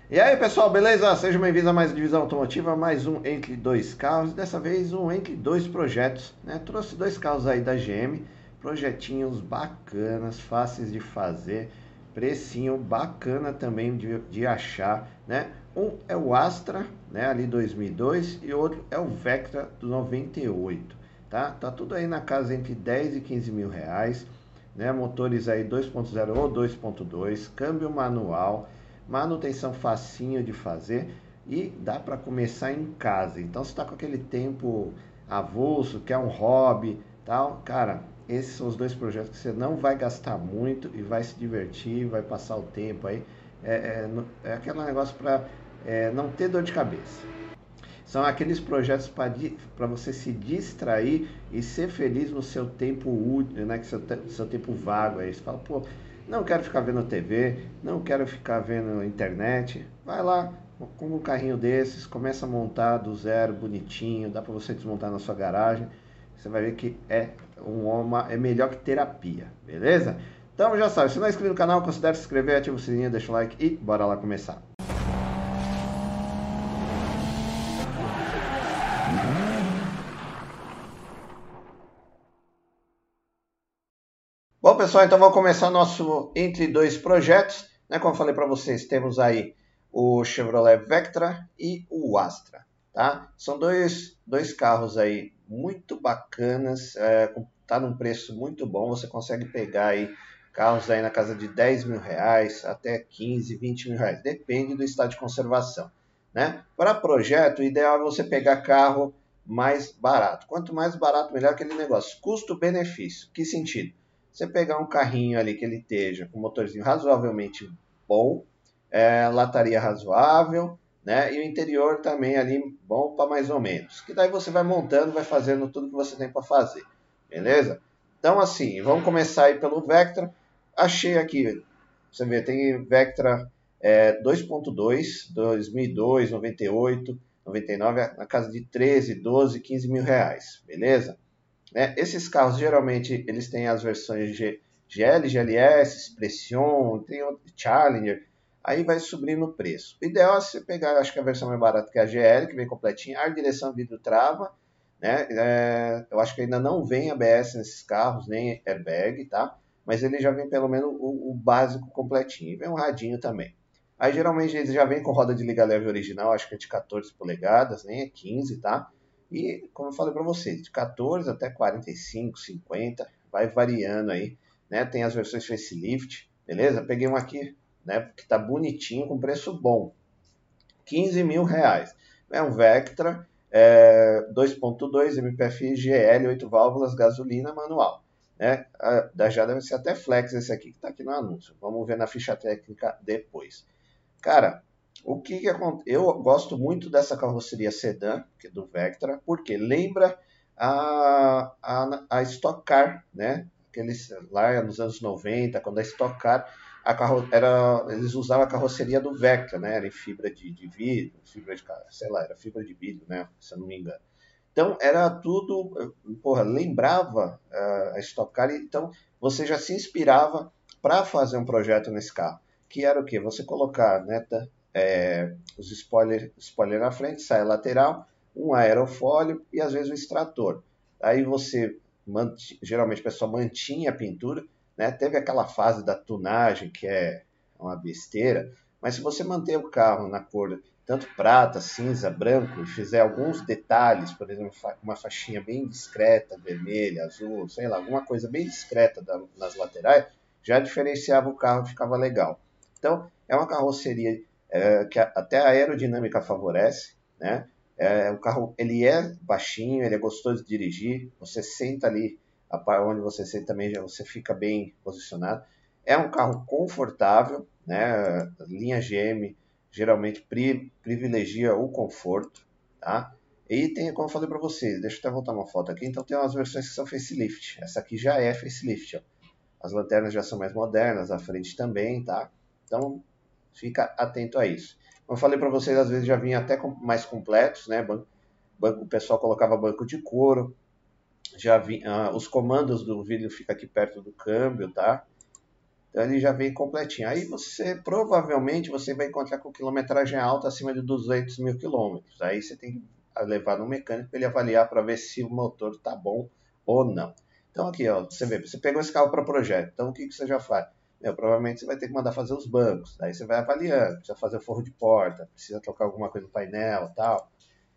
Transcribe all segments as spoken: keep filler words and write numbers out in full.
E aí pessoal, beleza? Sejam bem-vindos a mais Divisão Automotiva, mais um Entre Dois Carros. Dessa vez um Entre Dois Projetos, né? Trouxe dois carros aí da G M, projetinhos bacanas, fáceis de fazer, precinho bacana também de, de achar, né? Um é o Astra, né? Ali dois mil e dois, e outro é o Vectra do noventa e oito, tá? Tá tudo aí na casa entre dez e quinze mil reais, né? Motores aí dois ponto zero ou dois ponto dois, câmbio manual, manutenção facinho de fazer e dá para começar em casa. Então, se está com aquele tempo avulso, quer um hobby, tal, cara, esses são os dois projetos que você não vai gastar muito e vai se divertir, vai passar o tempo aí. É, é, é aquele negócio para é, não ter dor de cabeça. São aqueles projetos para você se distrair e ser feliz no seu tempo útil, né? Que seu, seu tempo vago. Aí você fala, pô, não quero ficar vendo T V, não quero ficar vendo internet. Vai lá, com um carrinho desses, começa a montar do zero, bonitinho, dá para você desmontar na sua garagem. Você vai ver que é, uma, é melhor que terapia, beleza? Então já sabe, se não é inscrito no canal, considere se inscrever, ativa o sininho, deixa o like e bora lá começar. Bom, pessoal, então vamos começar nosso entre dois projetos, né? Como eu falei para vocês, temos aí o Chevrolet Vectra e o Astra, tá? São dois, dois carros aí muito bacanas, é, tá num preço muito bom, você consegue pegar aí carros aí na casa de dez mil reais até quinze, vinte mil reais, depende do estado de conservação, né? Para projeto, o ideal é você pegar carro mais barato. Quanto mais barato, melhor aquele negócio. Custo-benefício, que sentido? Você pegar um carrinho ali que ele esteja com um motorzinho razoavelmente bom, é, lataria razoável, né? E o interior também ali bom para mais ou menos. Que daí você vai montando, vai fazendo tudo que você tem para fazer, beleza? Então assim, vamos começar aí pelo Vectra. Achei aqui, você vê, tem Vectra é, dois ponto dois, dois mil e dois, noventa e oito, noventa e nove, na casa de treze, doze, quinze mil reais, beleza? Né? Esses carros geralmente eles têm as versões G, GL, G L S, Expression, tem outro, Challenger, aí vai subindo o preço. O ideal é você pegar, acho que a versão mais barata que é a G L, que vem completinha, ar, direção, vidro, trava, né? É, eu acho que ainda não vem A B S nesses carros, nem airbag, tá? Mas ele já vem pelo menos o, o básico completinho, e vem um radinho também. Aí geralmente eles já vem com roda de liga leve original, acho que é de quatorze polegadas, nem é quinze, tá? E, como eu falei para vocês, de quatorze até quarenta e cinco, cinquenta, vai variando aí, né? Tem as versões facelift, beleza? Peguei um aqui, né? Que tá bonitinho, com preço bom, quinze mil reais. É um Vectra é, dois ponto dois M P F G L, oito válvulas, gasolina, manual. Né? Já deve ser até flex esse aqui que tá aqui no anúncio. Vamos ver na ficha técnica depois. Cara, o que, que acontece? Eu gosto muito dessa carroceria sedã, que é do Vectra, porque lembra a, a, a Stock Car, né? Aqueles, lá nos anos noventa, quando a Stock Car, a carro, era, eles usavam a carroceria do Vectra, né? Era em fibra de, de vidro, fibra de, sei lá, era fibra de vidro, né? Se eu não me engano. Então, era tudo, porra, lembrava uh, a Stock Car, então você já se inspirava para fazer um projeto nesse carro, que era o quê? Você colocar, né, é, os spoiler, spoiler na frente, saia lateral, um aerofólio e às vezes um extrator. Aí você, geralmente o pessoal mantinha a pintura, né? Teve aquela fase da tunagem que é uma besteira, mas se você manter o carro na cor tanto prata, cinza, branco, e fizer alguns detalhes, por exemplo, uma faixinha bem discreta, vermelha, azul, sei lá, alguma coisa bem discreta nas laterais, já diferenciava o carro e ficava legal. Então, é uma carroceria é, que até a aerodinâmica favorece, né? É, o carro ele é baixinho, ele é gostoso de dirigir, você senta ali, onde você senta também, você fica bem posicionado. É um carro confortável, né? Linha G M geralmente pri, privilegia o conforto, tá? E tem, como eu falei para vocês, deixa eu até voltar uma foto aqui, então tem umas versões que são facelift, essa aqui já é facelift, ó. As lanternas já são mais modernas, a frente também, tá? Então, fica atento a isso. Como eu falei para vocês, às vezes já vinha até mais completos, né? Banco, banco, o pessoal colocava banco de couro, já vi, uh, os comandos do vídeo ficam aqui perto do câmbio, tá? Então ele já vem completinho. Aí você, provavelmente, você vai encontrar com quilometragem alta acima de duzentos mil quilômetros. Aí você tem que levar no mecânico para ele avaliar para ver se o motor está bom ou não. Então aqui, ó, você vê, você pegou esse carro para projeto. Então o que, que você já faz? Meu, provavelmente você vai ter que mandar fazer os bancos. Aí você vai avaliando, precisa fazer o forro de porta, precisa trocar alguma coisa no painel, tal.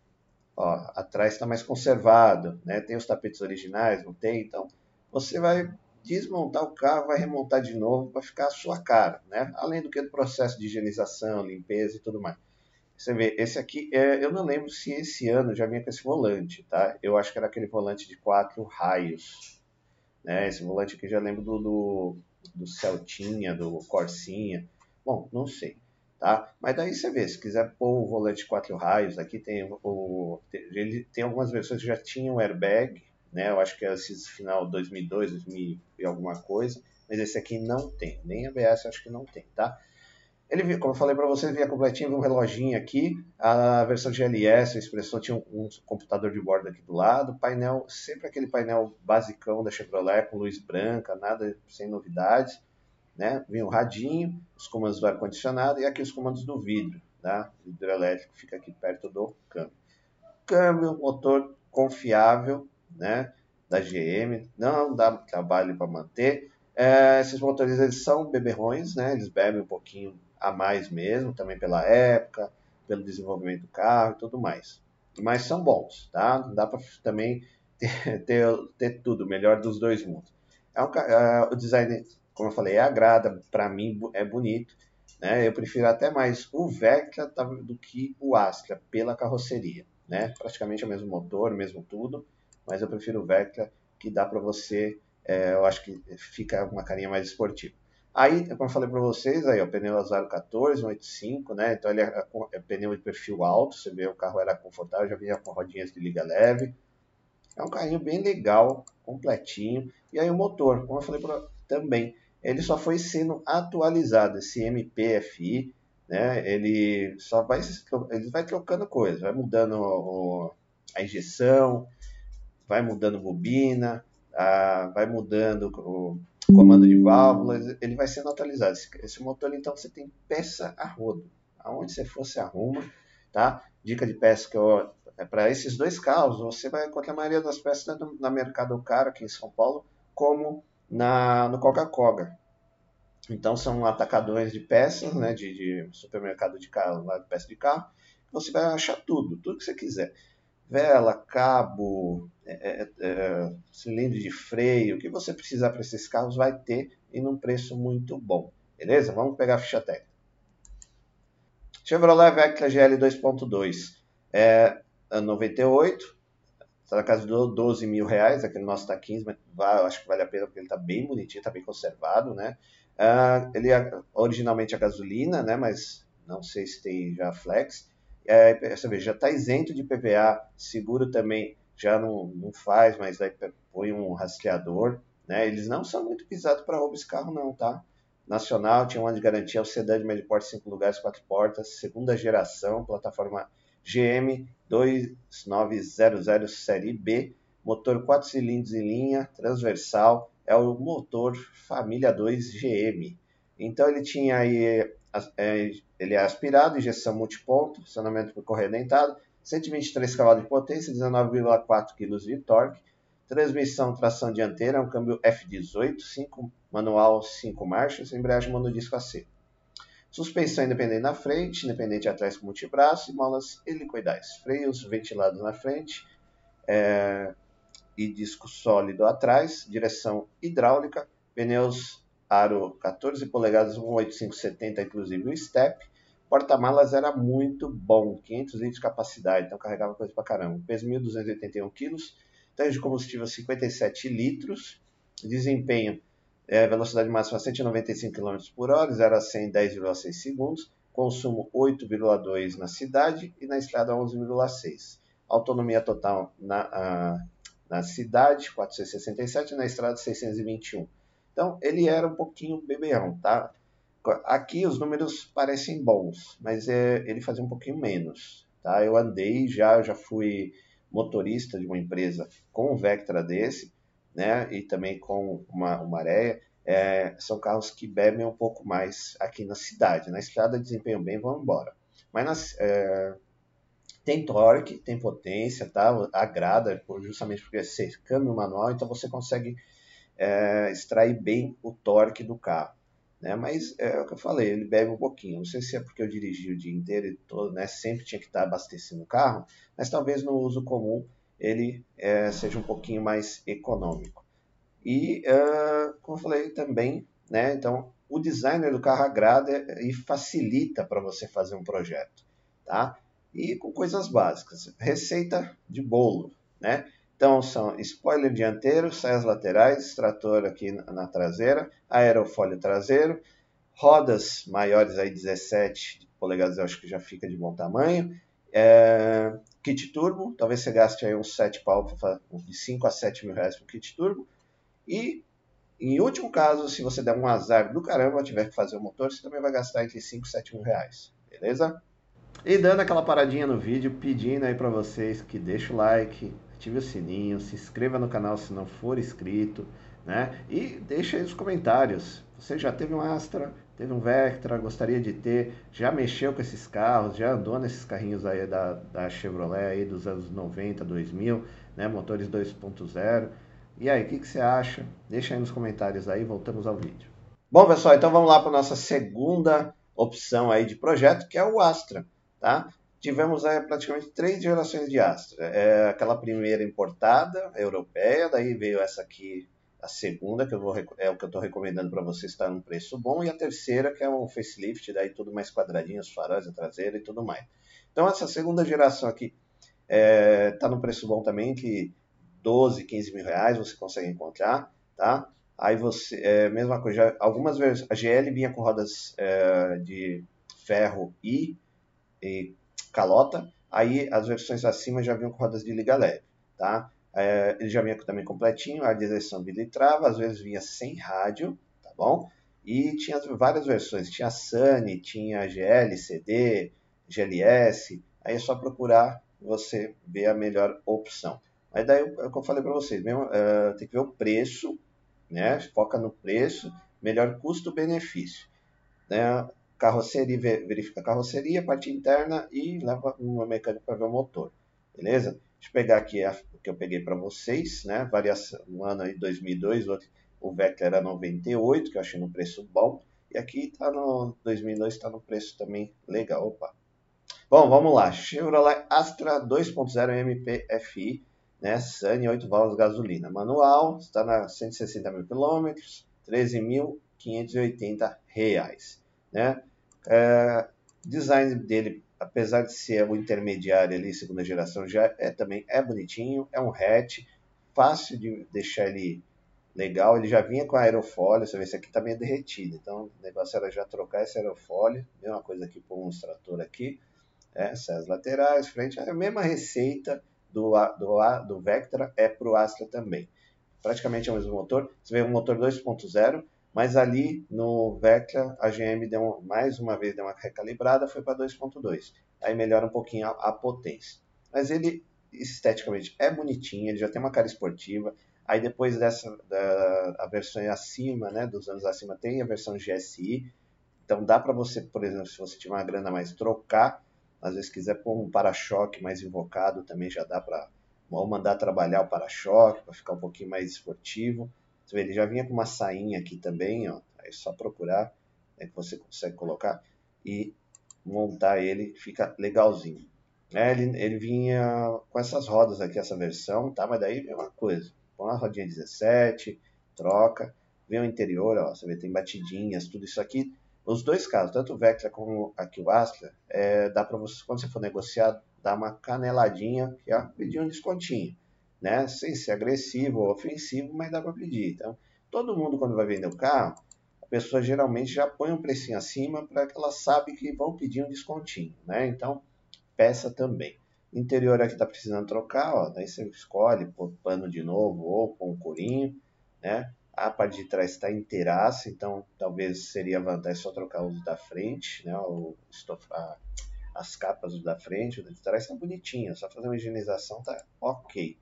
Ó, atrás está mais conservado, né? Tem os tapetes originais, não tem? Então você vai desmontar o carro, vai remontar de novo para ficar a sua cara, né? Além do que do processo de higienização, limpeza e tudo mais. Você vê, esse aqui, é, eu não lembro se esse ano já vinha com esse volante, tá? Eu acho que era aquele volante de quatro raios, né? Esse volante aqui eu já lembro do, do, do Celtinha, do Corsinha. Bom, não sei, tá? Mas daí você vê, se quiser pôr o volante de quatro raios, aqui tem o, ele tem algumas versões que já tinham airbag, né? Eu acho que é esse final dois mil e dois, dois mil e alguma coisa, mas esse aqui não tem, nem A B S eu acho que não tem, tá? Ele, como eu falei para você, vinha completinho, vinha um reloginho aqui, a versão de G L S, o Expressor tinha um, um computador de bordo aqui do lado, painel, sempre aquele painel basicão da Chevrolet, com luz branca, nada, sem novidades, né? Vinha um radinho, os comandos do ar-condicionado e aqui os comandos do vidro, tá? O vidro elétrico fica aqui perto do câmbio. Câmbio, motor confiável, né? Da G M, não dá trabalho para manter. É, esses motores eles são beberrões, né? Eles bebem um pouquinho a mais mesmo, também pela época, pelo desenvolvimento do carro e tudo mais. Mas são bons, tá? Não dá para também ter, ter, ter tudo, melhor dos dois mundos. É um, é, o design, como eu falei, agrada, para mim é bonito, né? Eu prefiro até mais o Vectra do que o Astra pela carroceria, né? Praticamente é o mesmo motor, mesmo tudo, mas eu prefiro o Vectra, que dá para você, é, eu acho que fica uma carinha mais esportiva. Aí, como eu falei para vocês, aí, o pneu zero quatorze, um oitenta e cinco, né? Então ele é, é pneu de perfil alto, você vê o carro era confortável, já vinha com rodinhas de liga leve. É um carrinho bem legal, completinho. E aí o motor, como eu falei pra, também, ele só foi sendo atualizado, esse M P F I, né? Ele só vai, ele vai trocando coisas, vai mudando o, a injeção, vai mudando bobina, a, vai mudando o comando de válvulas, ele vai sendo atualizado. Esse, esse motor, então, você tem peça a rodo. Aonde você for, você arruma, tá? Dica de peça que eu, é para esses dois carros, você vai encontrar a maioria das peças tanto na Mercado Caro, aqui em São Paulo, como na, no Coca-Cola. Então, são atacadões de peças, né, de, de supermercado de carro, lá de peça de carro, você vai achar tudo, tudo que você quiser. Vela, cabo, é, é, é, cilindro de freio, o que você precisar para esses carros vai ter e num preço muito bom. Beleza? Vamos pegar a ficha técnica. Chevrolet Vectra G L dois ponto dois é noventa e oito, está na casa de doze mil reais, aquele nosso está quinze, mas vai, eu acho que vale a pena porque ele está bem bonitinho, está bem conservado, né? Uh, ele é originalmente a gasolina, né? Mas não sei se tem já flex. É, você vê, já está isento de I P V A, seguro também já não, não faz, mas aí põe um rastreador, né? Eles não são muito pisados para roubo esse carro não, tá? Nacional, tinha um ano de garantia, o sedã de médio porte, cinco lugares, quatro portas, segunda geração, plataforma G M dois nove zero zero série B, motor quatro cilindros em linha, transversal, é o motor família dois G M. Então ele tinha aí, ele é aspirado, injeção multiponto, acionamento por correia dentada, cento e vinte e três cavalos de potência, dezenove vírgula quatro quilos de torque, transmissão tração dianteira, um câmbio F dezoito, cinco, manual cinco marchas, embreagem monodisco A C. Suspensão independente na frente, independente atrás com multibraço e molas helicoidais. Freios ventilados na frente é, e disco sólido atrás. Direção hidráulica. Pneus aro quatorze polegadas, um oito cinco setenta, inclusive o step. Porta-malas era muito bom, quinhentos litros de capacidade, então carregava coisa pra caramba. Peso mil duzentos e oitenta e um quilos. Tanque de combustível cinquenta e sete litros. Desempenho. É, velocidade máxima cento e noventa e cinco quilômetros por hora, zero a cem em dez vírgula seis segundos, consumo oito vírgula dois na cidade e na estrada onze vírgula seis. Autonomia total na, a, na cidade quatrocentos e sessenta e sete, na estrada seiscentos e vinte e um. Então ele era um pouquinho beberrão, tá? Aqui os números parecem bons, mas é, ele fazia um pouquinho menos, tá? Eu andei já, eu já fui motorista de uma empresa com um Vectra desse, né? E também com uma, uma areia. é, são carros que bebem um pouco mais aqui na cidade. Na estrada desempenham bem, vão embora. Mas nas, é, tem torque, tem potência, tá? Agrada, justamente porque é câmbio manual, então você consegue é, extrair bem o torque do carro. Né? Mas é o que eu falei, ele bebe um pouquinho. Não sei se é porque eu dirigi o dia inteiro e todo, né? Sempre tinha que estar abastecendo o carro, mas talvez no uso comum ele é, seja um pouquinho mais econômico. E, uh, como eu falei também, né? Então, o designer do carro agrada e facilita para você fazer um projeto, tá? E com coisas básicas, receita de bolo, né? Então, são spoiler dianteiro, saias laterais, extrator aqui na traseira, aerofólio traseiro, rodas maiores aí dezessete polegadas, eu acho que já fica de bom tamanho, é, kit turbo, talvez você gaste aí uns sete pau, de cinco a sete mil reais para o kit turbo, e em último caso, se você der um azar do caramba, tiver que fazer o motor, você também vai gastar entre cinco e sete mil reais, beleza? E dando aquela paradinha no vídeo, pedindo aí para vocês que deixe o like, ative o sininho, se inscreva no canal se não for inscrito, né? E deixe aí os comentários. Você já teve um Astra, teve um Vectra, gostaria de ter, já mexeu com esses carros, já andou nesses carrinhos aí da, da Chevrolet aí dos anos noventa, dois mil, né? Motores dois ponto zero. E aí, o que, que você acha? Deixa aí nos comentários aí, voltamos ao vídeo. Bom, pessoal, então vamos lá para a nossa segunda opção aí de projeto, que é o Astra, tá? Tivemos aí praticamente três gerações de Astra. É aquela primeira importada, europeia, daí veio essa aqui, a segunda, que eu vou, é o que eu estou recomendando para você, estar num preço bom, e a terceira, que é um facelift, daí tudo mais quadradinho, os faróis, a traseira e tudo mais. Então, essa segunda geração aqui está é, num preço bom também, que doze, quinze mil reais você consegue encontrar, tá? Aí você, é, mesma coisa, já, algumas vezes a G L vinha com rodas é, de ferro e, e calota, aí as versões acima já vinham com rodas de liga leve, tá? É, ele já vinha também completinho, a direção bilitrava, às vezes vinha sem rádio, tá bom? E tinha várias versões, tinha Sunny, tinha G L, C D, G L S, aí é só procurar você ver a melhor opção. Aí daí é o que eu falei para vocês, mesmo, uh, tem que ver o preço, né? Foca no preço, melhor custo-benefício, né? Carroceria, verifica a carroceria, parte interna e leva uma mecânica para ver o motor, beleza? Deixa eu pegar aqui a, o que eu peguei para vocês, né? Variação, um ano aí dois mil e dois, o, outro, o Vectra era noventa e oito, que eu achei no preço bom, e aqui tá no dois mil e dois, está no preço também legal, opa. Bom, vamos lá, Chevrolet Astra dois ponto zero M P F I, né? Sunny, oito válvulas gasolina. Manual, está na cento e sessenta mil quilômetros, treze mil quinhentos e oitenta reais. Né? É, design dele, apesar de ser o intermediário ali, segunda geração, já é também é bonitinho, é um hatch, fácil de deixar ele legal. Ele já vinha com aerofólio, você vê, esse aqui tá meio derretido, então o negócio era já trocar esse aerofólio, mesma coisa aqui por um extrator aqui. É, as laterais, frente, é a mesma receita do, do, do Vectra é para o Astra também. Praticamente é o mesmo motor. Você vê um motor dois ponto zero, mas ali no Vectra a G M deu uma, mais uma vez deu uma recalibrada, foi para dois ponto dois. Aí melhora um pouquinho a, a potência. Mas ele esteticamente é bonitinho, ele já tem uma cara esportiva. Aí depois dessa da, a versão acima, né, dos anos acima, tem a versão G S I. Então dá para você, por exemplo, se você tiver uma grana a mais, trocar. Às vezes quiser pôr um para-choque mais invocado, também já dá para ou mandar trabalhar o para-choque para ficar um pouquinho mais esportivo. Você vê, ele já vinha com uma sainha aqui também, ó. Aí é só procurar, é que você consegue colocar e montar ele, fica legalzinho. É, ele, ele vinha com essas rodas aqui, essa versão, tá? Mas daí é uma coisa. Põe uma rodinha dezessete, troca, vem o interior, ó. Você vê, tem batidinhas, tudo isso aqui. Os dois casos, tanto o Vectra como aqui o Astra, é, dá para você, quando você for negociar, dar uma caneladinha, que é pedir um descontinho, né? Sem ser agressivo ou ofensivo, mas dá para pedir. Então, todo mundo quando vai vender o carro, a pessoa geralmente já põe um precinho acima para que ela sabe que vão pedir um descontinho, né? Então, peça também. Interior aqui está precisando trocar, ó, daí você escolhe pôr pano de novo ou com um corinho, né? A parte de trás está inteiraça, então talvez seria vantagem só trocar os da frente, né? O estofar, as capas da frente, o de trás está bonitinho, só fazer uma higienização tá ok.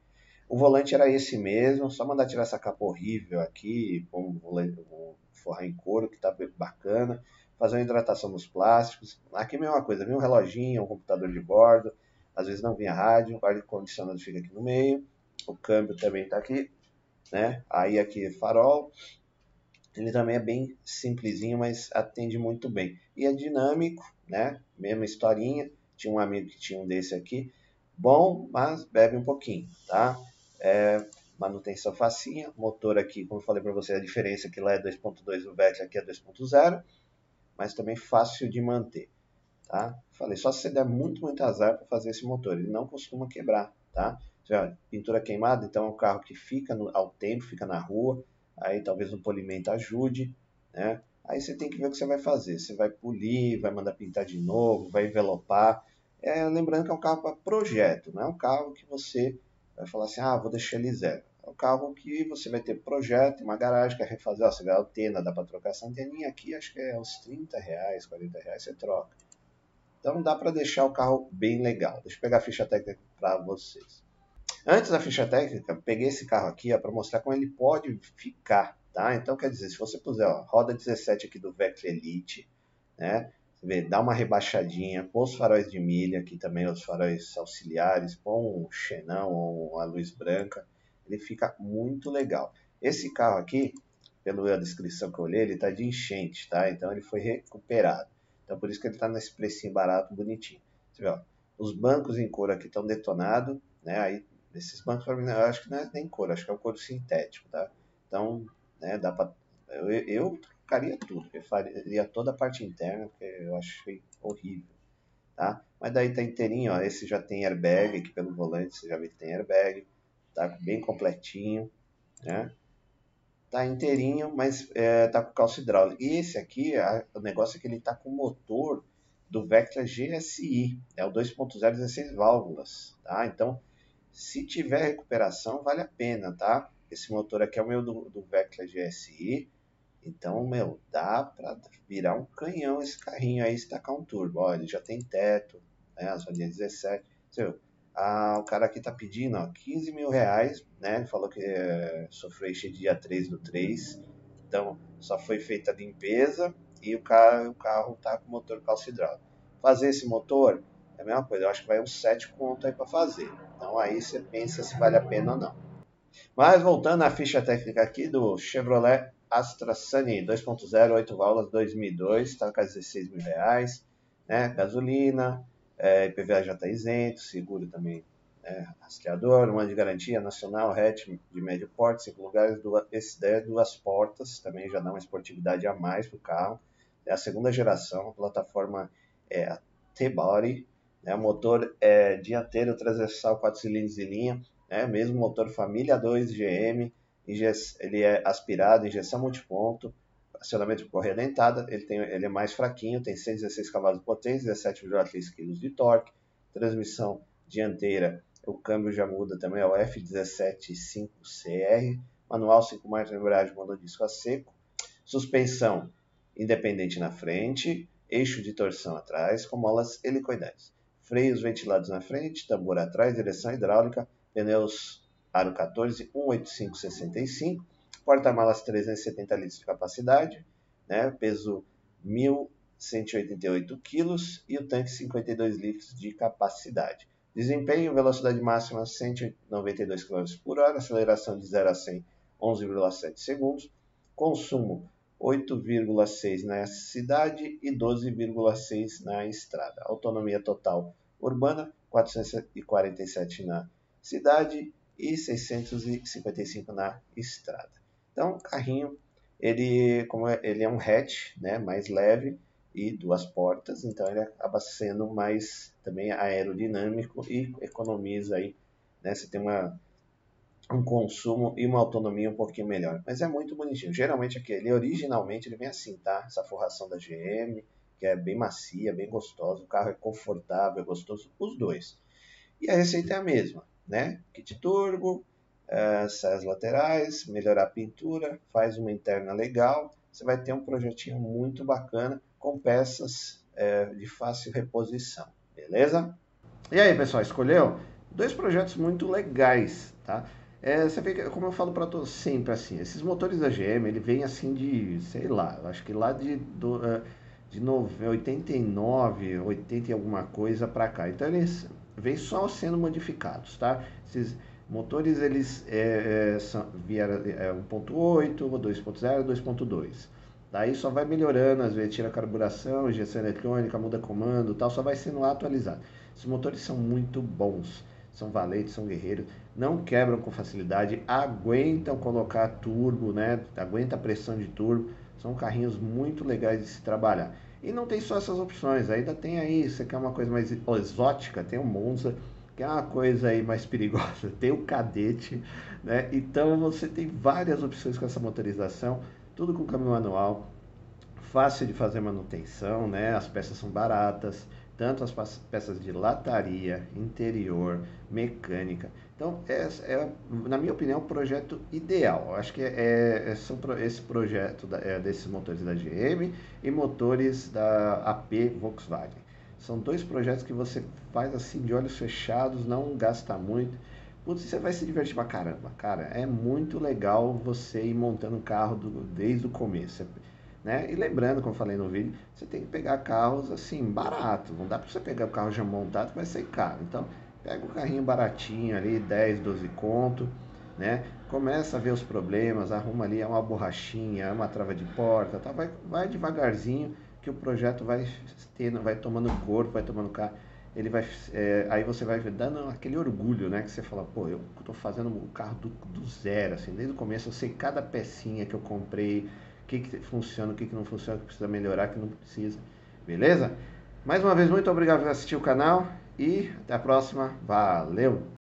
O volante era esse mesmo, só mandar tirar essa capa horrível aqui, pôr um volante, um forrar em couro que tá bacana, fazer uma hidratação nos plásticos. Aqui a mesma coisa, vinha um reloginho, um computador de bordo, às vezes não vinha rádio, o ar-condicionado fica aqui no meio, o câmbio também tá aqui, né? Aí aqui farol, ele também é bem simplesinho, mas atende muito bem. E é dinâmico, né? Mesma historinha, tinha um amigo que tinha um desse aqui, bom, mas bebe um pouquinho, tá? É, manutenção facinha, motor aqui, como eu falei para você, a diferença é que lá é dois ponto dois, o Vectra aqui é dois ponto zero, mas também fácil de manter, tá? Falei, só se você der muito, muito azar para fazer esse motor, ele não costuma quebrar, tá? Já, pintura queimada, então é um carro que fica no, ao tempo, fica na rua, aí talvez um polimento ajude, né? Aí você tem que ver o que você vai fazer, você vai polir, vai mandar pintar de novo, vai envelopar, é, lembrando que é um carro para projeto, não é um carro que você vai falar assim, ah, vou deixar ele zero. É um carro que você vai ter projeto, uma garagem, quer refazer, ó, você vê a antena, dá para trocar essa anteninha aqui, acho que é uns trinta reais, quarenta reais, você troca. Então dá para deixar o carro bem legal. Deixa eu pegar a ficha técnica para vocês. Antes da ficha técnica, peguei esse carro aqui para mostrar como ele pode ficar, tá? Então quer dizer, se você puser ó, roda dezessete aqui do Vectra Elite, né? Você vê, dá uma rebaixadinha, põe os faróis de milha, aqui também os faróis auxiliares, põe um xenão ou a luz branca, ele fica muito legal. Esse carro aqui, pela descrição que eu olhei, ele está de enchente, tá? Então ele foi recuperado. Então por isso que ele está nesse precinho barato, bonitinho. Você vê, ó, os bancos em couro aqui estão detonados, né? Aí esses bancos, para mim, eu acho que não é nem couro, acho que é o couro sintético, tá? Então, né, dá para eu, eu trocaria tudo, eu faria toda a parte interna, porque eu achei horrível, tá? Mas daí tá inteirinho, ó, esse já tem airbag aqui pelo volante, você já vê que tem airbag, tá bem completinho, né? Tá inteirinho, mas é, tá com calço hidráulico. E esse aqui, a, o negócio é que ele tá com o motor do Vectra G S I, é o dois ponto zero, dezesseis válvulas, tá? Então, se tiver recuperação, vale a pena, tá? Esse motor aqui é o meu do, do Vectra G S I, então, meu, dá para virar um canhão esse carrinho aí se tacar um turbo. Ó, ele já tem teto, né? As rodinhas dezessete. Você, ah, o cara aqui tá pedindo ó, quinze mil reais, né? Ele falou que é, sofreu encher dia três do três. Então, só foi feita a limpeza e o carro, o carro tá com motor calço hidráulico. Fazer esse motor é a mesma coisa. Eu acho que vai uns sete conto aí para fazer. Então, aí você pensa se vale a pena ou não. Mas voltando à ficha técnica aqui do Chevrolet Astra Sunny dois ponto zero, oito válvulas, dois mil e dois, está com dezesseis mil reais, né? Gasolina, é, I P V A já está isento, seguro também, né? Rastreador, um ano de garantia nacional, hatch de médio porte, cinco lugares, duas, esse daí é duas portas, também já dá uma esportividade a mais para o carro. É a segunda geração, a plataforma é a T-Body, né? O motor é dianteiro transversal, quatro cilindros de linha, né? Mesmo motor família dois G M, ele é aspirado, injeção multiponto, acionamento de correia dentada, ele, tem, ele é mais fraquinho, tem cento e dezesseis cavalos de potência, dezessete vírgula três quilos de torque, transmissão dianteira, o câmbio já muda também, é o F dezessete cinco C R, manual cinco marchas de embreagem, monodisco a seco, suspensão independente na frente, eixo de torção atrás, com molas helicoidais, freios ventilados na frente, tambor atrás, direção hidráulica, pneus aro quatorze, cento e oitenta e cinco sessenta e cinco, porta-malas trezentos e setenta litros de capacidade, né, peso mil cento e oitenta e oito quilos e o tanque cinquenta e dois litros de capacidade. Desempenho, velocidade máxima cento e noventa e dois quilômetros por hora, aceleração de zero a cem, onze vírgula sete segundos, consumo oito vírgula seis na cidade e doze vírgula seis na estrada. Autonomia total urbana, quatrocentos e quarenta e sete na cidade e seiscentos e cinquenta e cinco na estrada. Então, o carrinho, ele, como é, ele é um hatch, né, mais leve e duas portas, então ele acaba sendo mais também aerodinâmico e economiza aí, né, você tem uma um consumo e uma autonomia um pouquinho melhor. Mas é muito bonitinho. Geralmente aquele, originalmente, ele vem assim, tá? Essa forração da G M, que é bem macia, bem gostosa. O carro é confortável, é gostoso, os dois. E a receita é a mesma, né? Kit turbo, uh, saias laterais, melhorar a pintura, faz uma interna legal. Você vai ter um projetinho muito bacana com peças uh, de fácil reposição, beleza? E aí, pessoal, escolheu? Dois projetos muito legais, tá? É, você vê que, como eu falo para todos sempre assim, esses motores da G M, ele vem assim de, sei lá, eu acho que lá de, do, eh, de nove- oitenta e nove, oitenta e alguma coisa para cá. Então eles vêm só sendo modificados, tá? Esses motores eles é, é, são, vieram é, um ponto oito, dois ponto zero, dois ponto dois. Daí só vai melhorando, às vezes tira a carburação, injeção eletrônica, muda comando, tal, só vai sendo atualizado. Esses motores são muito bons, são valentes, são guerreiros, não quebram com facilidade, aguentam colocar turbo, né? Aguenta a pressão de turbo. São carrinhos muito legais de se trabalhar. E não tem só essas opções, ainda tem aí, você quer uma coisa mais exótica, tem o Monza, que é uma coisa aí mais perigosa, tem o Cadete, né? Então você tem várias opções com essa motorização, tudo com câmbio manual, fácil de fazer manutenção, né? As peças são baratas, tanto as peças de lataria, interior, mecânica. Então, é, é na minha opinião, o projeto ideal. Eu acho que é, é são esse projeto da, é, desses motores da G M e motores da A P Volkswagen. São dois projetos que você faz assim de olhos fechados, não gasta muito. Putz, você vai se divertir pra caramba, cara. É muito legal você ir montando um carro do, desde o começo. Né? E lembrando, como eu falei no vídeo, você tem que pegar carros assim, barato. Não dá para você pegar o carro já montado que vai ser caro. Então, pega um carrinho baratinho ali, dez, doze conto, né? Começa a ver os problemas, arruma ali, é uma borrachinha, é uma trava de porta, tá? vai, vai devagarzinho que o projeto vai tendo, vai tomando corpo, vai tomando carro. Ele vai, é, aí você vai dando aquele orgulho, né? Que você fala, pô, eu tô fazendo o carro do, do zero, assim, desde o começo eu sei cada pecinha que eu comprei, o que, que funciona, o que, que não funciona, o que precisa melhorar, o que não precisa. Beleza? Mais uma vez, muito obrigado por assistir o canal e até a próxima. Valeu!